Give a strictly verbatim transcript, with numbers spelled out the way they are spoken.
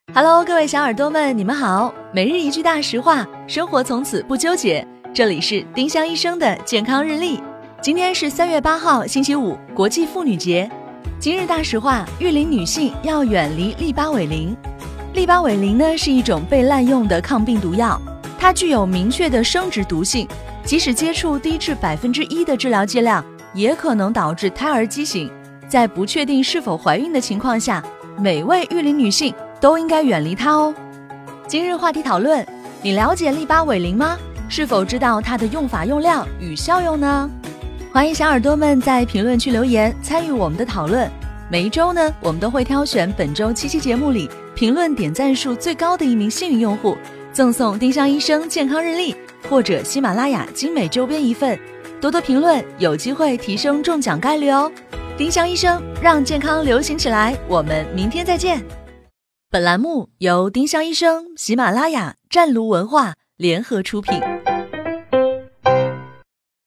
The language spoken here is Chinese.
Hello， 各位小耳朵们，你们好！每日一句大实话，生活从此不纠结。这里是丁香医生的健康日历。今天是三月八号，星期五，国际妇女节。今日大实话：育龄女性要远离利巴韦林。利巴韦林呢是一种被滥用的抗病毒药，它具有明确的生殖毒性，即使接触低至百分之一的治疗剂量，也可能导致胎儿畸形。在不确定是否怀孕的情况下，每位育龄女性都应该远离它哦。今日话题讨论：你了解利巴韦林吗？是否知道它的用法用量与效用呢？欢迎小耳朵们在评论区留言参与我们的讨论。每一周呢，我们都会挑选本周七期节目里评论点赞数最高的一名幸运用户，赠送丁香医生健康日历或者喜马拉雅精美周边一份。多多评论，有机会提升中奖概率哦。丁香医生让健康流行起来，我们明天再见。本栏目由丁香医生、喜马拉雅、湛卢文化联合出品。